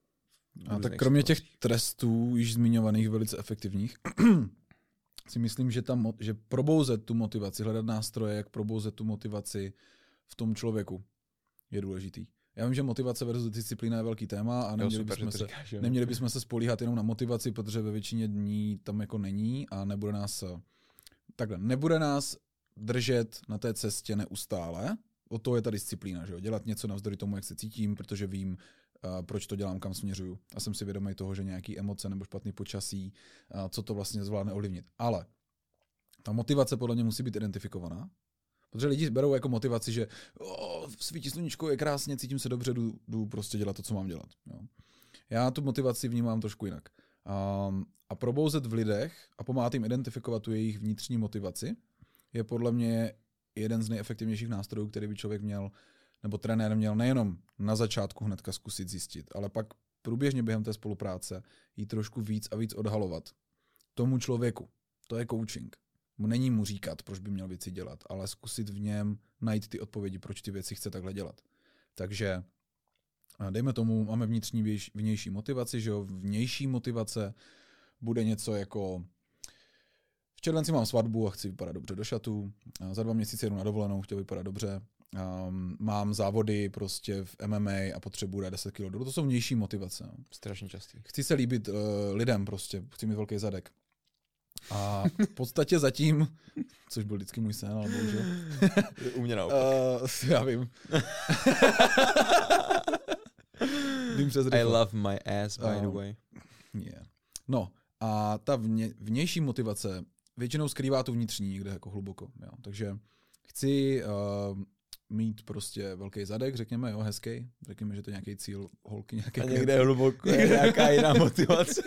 A tak kromě těch trestů, již zmiňovaných, velice efektivních, si myslím, že, tam, že probouzet tu motivaci, hledat nástroje, jak probouzet tu motivaci v tom člověku, je důležitý. Já vím, že motivace versus disciplína je velký téma a neměli, jo, super, bychom, se, říkáš, neměli bychom se spolíhat jenom na motivaci, protože ve většině dní tam jako není a nebude nás takhle, nebude nás držet na té cestě neustále. O to je ta disciplína, že jo? Dělat něco navzdory tomu, jak se cítím, protože vím, Uh, proč to dělám, kam směřuju. A jsem si vědomý toho, že nějaký emoce nebo špatný počasí, uh, co to vlastně zvládne ovlivnit. Ale ta motivace podle mě musí být identifikovaná, protože lidi berou jako motivaci, že oh, svítí sluníčko, je krásně, cítím se dobře, jdu, jdu prostě dělat to, co mám dělat. Jo. Já tu motivaci vnímám trošku jinak. Um, a probouzet v lidech a pomáhat jim identifikovat tu jejich vnitřní motivaci je podle mě jeden z nejefektivnějších nástrojů, který by člověk měl nebo trenér měl nejenom na začátku hnedka zkusit zjistit, ale pak průběžně během té spolupráce jí trošku víc a víc odhalovat tomu člověku. To je coaching. Není mu říkat, proč by měl věci dělat, ale zkusit v něm najít ty odpovědi, proč ty věci chce takhle dělat. Takže A dejme tomu, máme vnitřní věž, vnější motivaci, že jo, vnější motivace bude něco jako v červenci mám svatbu a chci vypadat dobře do šatů, a za dva měsíce jedu na dovolenou, chtěl vypadat dobře, um, mám závody prostě v M M A a potřebuji dát deset kilo dolů, to jsou vnější motivace. No. Strašně častý. Chci se líbit uh, lidem prostě, chci mít velký zadek. A v podstatě zatím, což byl vždycky můj sen, ale bohužel. U mě naopak. Uh, já vím. vím přes I love my ass, by the way. Yeah. No a ta vně, vnější motivace většinou skrývá tu vnitřní někde jako hluboko. Jo. Takže chci uh, mít prostě velký zadek, řekněme, jo, hezký. Řekněme, že to je nějaký cíl holky. Nějaký a někde hluboko je nějaká jiná motivace.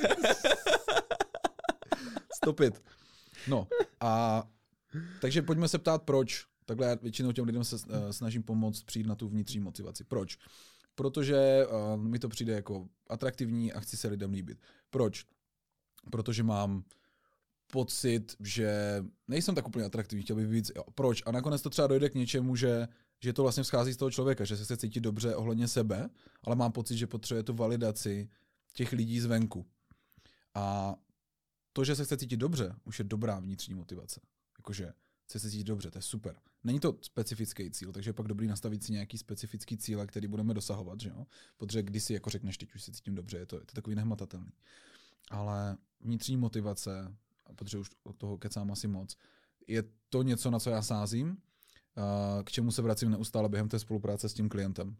Stopit. No a takže pojďme se ptát, proč. Takhle já většinou těm lidem se uh, snažím pomoct přijít na tu vnitřní motivaci. Proč? Protože uh, mi to přijde jako atraktivní a chci se lidem líbit. Proč? Protože mám pocit, že nejsem tak úplně atraktivní, chtěl bych víc. Jo, proč? A nakonec to třeba dojde k něčemu, že, že to vlastně vzchází z toho člověka, že se chce cítit dobře ohledně sebe, ale mám pocit, že potřebuje tu validaci těch lidí zvenku. A to, že se chce cítit dobře, už je dobrá vnitřní motivace. Jakože chce se cítit dobře, to je super. Není to specifický cíl, takže je pak dobrý nastavit si nějaký specifický cíle, který budeme dosahovat, že jo? Protože když si jako řekneš, teď už se cítím dobře, je to, je to takový nehmatatelný. Ale vnitřní motivace, protože už od toho kecám asi moc, je to něco, na co já sázím, k čemu se vracím neustále během té spolupráce s tím klientem.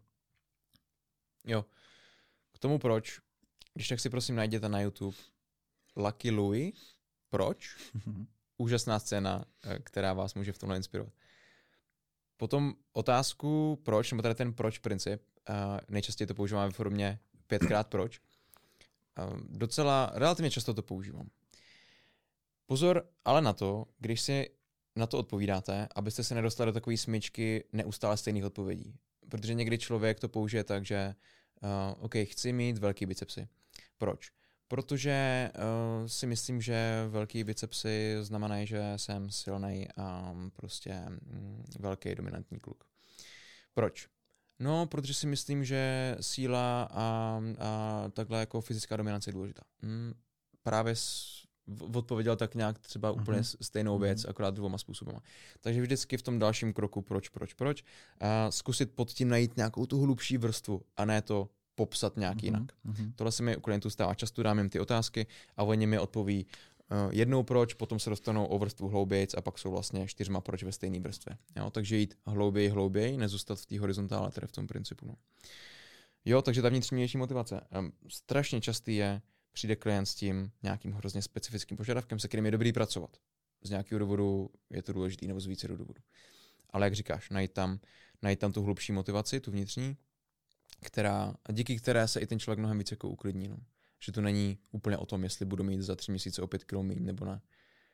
Jo. K tomu proč, když tak si prosím najděte na YouTube Lucky Louie, proč? Úžasná scéna, která vás může v tomhle inspirovat. Potom otázku proč, nebo tady ten proč princip, nejčastěji to používáme v formě pětkrát proč. Docela, relativně často to používám. Pozor ale na to, když si na to odpovídáte, abyste se nedostali do takové smyčky neustále stejných odpovědí. Protože někdy člověk to použije tak, že uh, OK, chci mít velký bicepsy. Proč? Protože uh, si myslím, že velký bicepsy znamenají, že jsem silnej a prostě mm, velký dominantní kluk. Proč? No, protože si myslím, že síla a, a takhle jako fyzická dominance je důležitá. Mm, právě s, v, odpověděl tak nějak třeba uh-huh. úplně stejnou věc, uh-huh. akorát dvouma způsobama. Takže vždycky v tom dalším kroku proč, proč, proč, a zkusit pod tím najít nějakou tu hlubší vrstvu a ne to popsat nějak uh-huh. jinak. Uh-huh. Tohle se mi u klientů stává. Často dám jim ty otázky a oni mi odpoví uh, jednou proč, potom se dostanou o vrstvu hloubějc a pak jsou vlastně čtyřma proč ve stejné vrstvě. Jo? Takže jít hlouběji, hlouběji, nezůstat v té horizontále, tedy v tom principu. No. Jo, takže ta vnitřnější motivace. Um, strašně častý je, přijde klient s tím nějakým hrozně specifickým požadavkem, se kterým je dobrý pracovat. Z nějakého důvodu je to důležitý, nebo z více důvodů. Ale jak říkáš, najít tam, najít tam tu hlubší motivaci, tu vnitřní, která, díky které se i ten člověk mnohem víc jako uklidní. No. Že to není úplně o tom, jestli budu mít za tři měsíce o pět kilo míň nebo ne.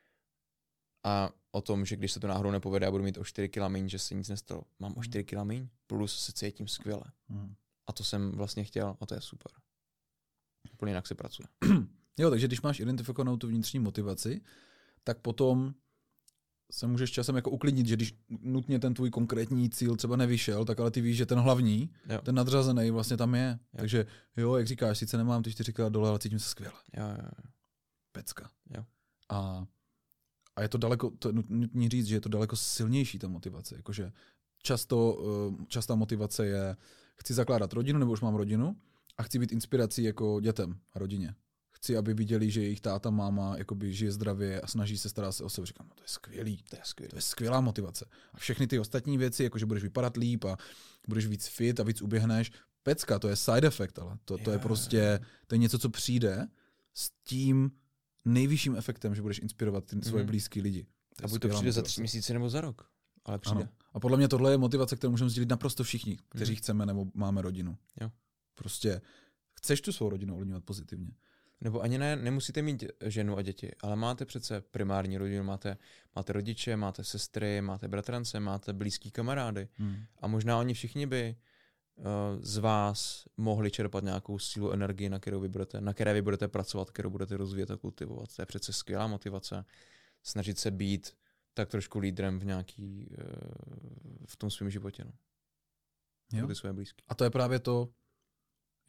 A o tom, že když se to náhodou nepovede a budu mít o čtyři kila míň, že se nic nestalo. Mám o čtyři kila míň, plus se cítím skvěle. Mm. A to jsem vlastně chtěl a to je super. Úplně jinak se pracuje. Jo, takže když máš identifikovanou tu vnitřní motivaci, tak potom se můžeš časem jako uklidnit, že když nutně ten tvůj konkrétní cíl třeba nevyšel, tak ale ty víš, že ten hlavní, jo. ten nadřazený vlastně tam je. Jo. Takže jo, jak říkáš, sice nemám ty čtyři kila dole, ale cítím se skvěle. Jo, jo, jo. Pecka. Jo. A, a je to daleko, to je nutný říct, že je to daleko silnější ta motivace. Jakože často, častá motivace je, chci zakládat rodinu, nebo už mám rodinu a chci být inspirací jako dětem a rodině. Chci, aby viděli, že jejich táta, máma jakoby žije zdravě a snaží se starat se o sebe. Říkám, no to je skvělý, to je, skvělý. To je skvělá motivace. A všechny ty ostatní věci, jako že budeš vypadat líp a budeš víc fit a víc uběhneš, pecka, to je side effect, ale to, to je prostě, to je něco, co přijde s tím nejvyšším efektem, že budeš inspirovat ty svoje mm. blízké lidi. To a buď to přijde motivace. Za tři měsíce nebo za rok, ale přijde. Ano. A podle mě tohle je motivace, kterou můžeme sdílet naprosto všichni, kteří mm. chceme nebo máme rodinu. Jo. Prostě chceš tu svou rodinu ovlivňovat pozitivně. Nebo ani ne, nemusíte mít ženu a děti, ale máte přece primární rodinu, máte, máte rodiče, máte sestry, máte bratrance, máte blízký kamarády. Hmm. A možná oni všichni by uh, z vás mohli čerpat nějakou sílu, energii, na kterou vy budete, na které vy budete pracovat, kterou budete rozvíjet a kultivovat. To je přece skvělá motivace. Snažit se být tak trošku lídrem v nějaký, uh, v tom svém životě. No. Jo. Ty své blízky. A to je právě to,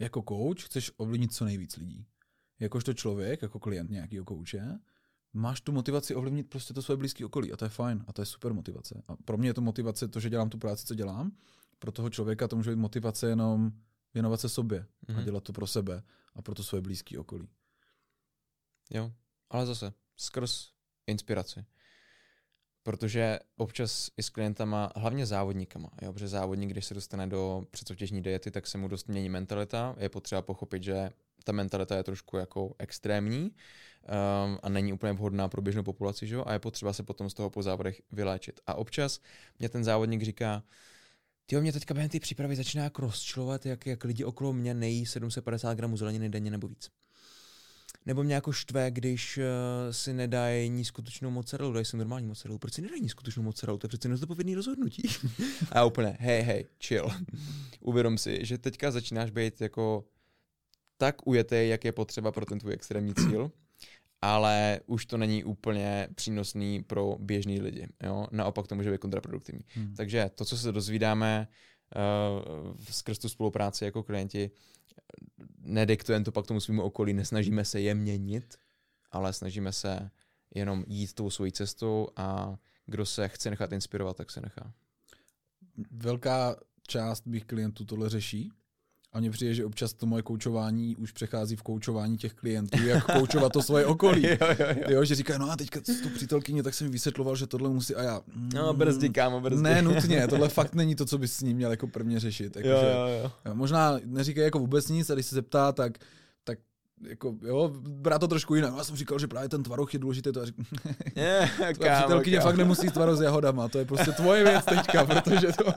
jako coach chceš ovlivnit co nejvíc lidí. Jakožto člověk, jako klient nějakého kouče, máš tu motivaci ovlivnit prostě to své blízké okolí a to je fajn a to je super motivace. A pro mě je to motivace to, že dělám tu práci, co dělám. Pro toho člověka to může být motivace jenom věnovat se sobě mm-hmm. a dělat to pro sebe a pro to své blízké okolí. Jo, ale zase skrz inspiraci. Protože občas i s klientama, hlavně závodníkama, jo, protože závodník, když se dostane do předsoutěžní diety, tak se mu dost mění mentalita. Je potřeba pochopit, že ta mentalita je trošku jako extrémní um, a není úplně vhodná pro běžnou populaci, že jo? A je potřeba se potom z toho po závodech vyléčit. A občas mě ten závodník říká, tyjo, mě teďka během té přípravy začíná jak rozčilovat, jak, jak lidi okolo mě nejí sedm set padesát gramů zeleniny denně nebo víc. Nebo mě jako štve, když uh, si nedají nízkotučnou mozzarellu, dají si normální mozzarellu. Proč si nedají nízkotučnou mozzarellu? To je přece nezodpovědný rozhodnutí. A já úplně, hej, hej, chill. Uvědom si, že teďka začínáš být jako tak ujetý, jak je potřeba pro ten tvůj extrémní cíl, ale už to není úplně přínosný pro běžný lidi. Jo? Naopak to může být kontraproduktivní. Hmm. Takže to, co se dozvídáme uh, skrz tu spolupráci jako klienti, nediktujeme to pak tomu svýmu okolí, nesnažíme se je měnit, ale snažíme se jenom jít tou svojí cestou a kdo se chce nechat inspirovat, tak se nechá. Velká část mých klientů tohle řeší. A mně přijde, že občas to moje koučování už přechází v koučování těch klientů, jak koučovat to svoje okolí. jo, jo, jo. Jo, že říkají, no a teďka s tou přítelkyní, tak jsem mi vysvětloval, že tohle musí a já... Mm, no, brzdí, kámo, brzdí. Ne, nutně, tohle fakt není to, co bys s ním měl jako prvně řešit. Jako, jo, že, jo, jo. Možná neříkají jako vůbec nic, a když se zeptá, tak, tak jako, jo, brát to trošku jinak. Já jsem říkal, že právě ten tvaroh je důležitý. To a řík, yeah, tvoje přítelkyně fakt nemusí s tvaroh s jahodama, to je prostě tvoje věc teďka, protože to...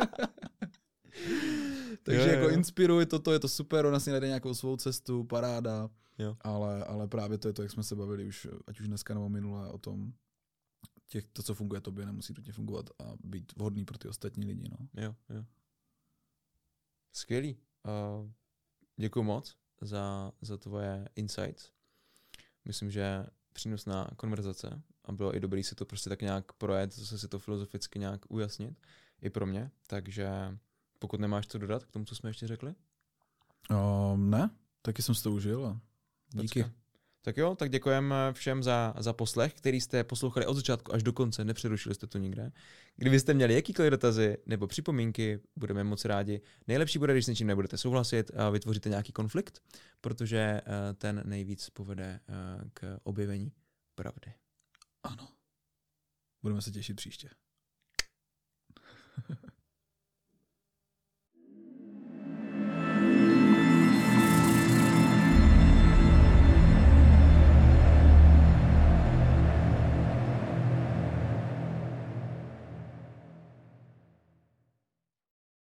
Takže jo, jo, jako inspiruj toto, je to super, ona si najde nějakou svou cestu, paráda, jo. Ale, ale právě to je to, jak jsme se bavili už, ať už dneska nebo minule, o tom, těch, to, co funguje tobě, nemusí nutně fungovat a být vhodný pro ty ostatní lidi. No. Jo, jo. Skvělý. Uh, děkuju moc za, za tvoje insights. Myslím, že přínosná konverzace a bylo i dobrý si to prostě tak nějak projet, zase si to filozoficky nějak ujasnit i pro mě, takže pokud nemáš co dodat k tomu, co jsme ještě řekli? Um, ne, taky jsem si to užil a díky. Pecka. Tak jo, tak děkujeme všem za, za poslech, který jste poslouchali od začátku až do konce, nepřerušili jste to nikde. Kdybyste měli jakýkoliv dotazy nebo připomínky, budeme moc rádi. Nejlepší bude, když s něčím nebudete souhlasit a vytvoříte nějaký konflikt, protože ten nejvíc povede k objevení pravdy. Ano. Budeme se těšit příště.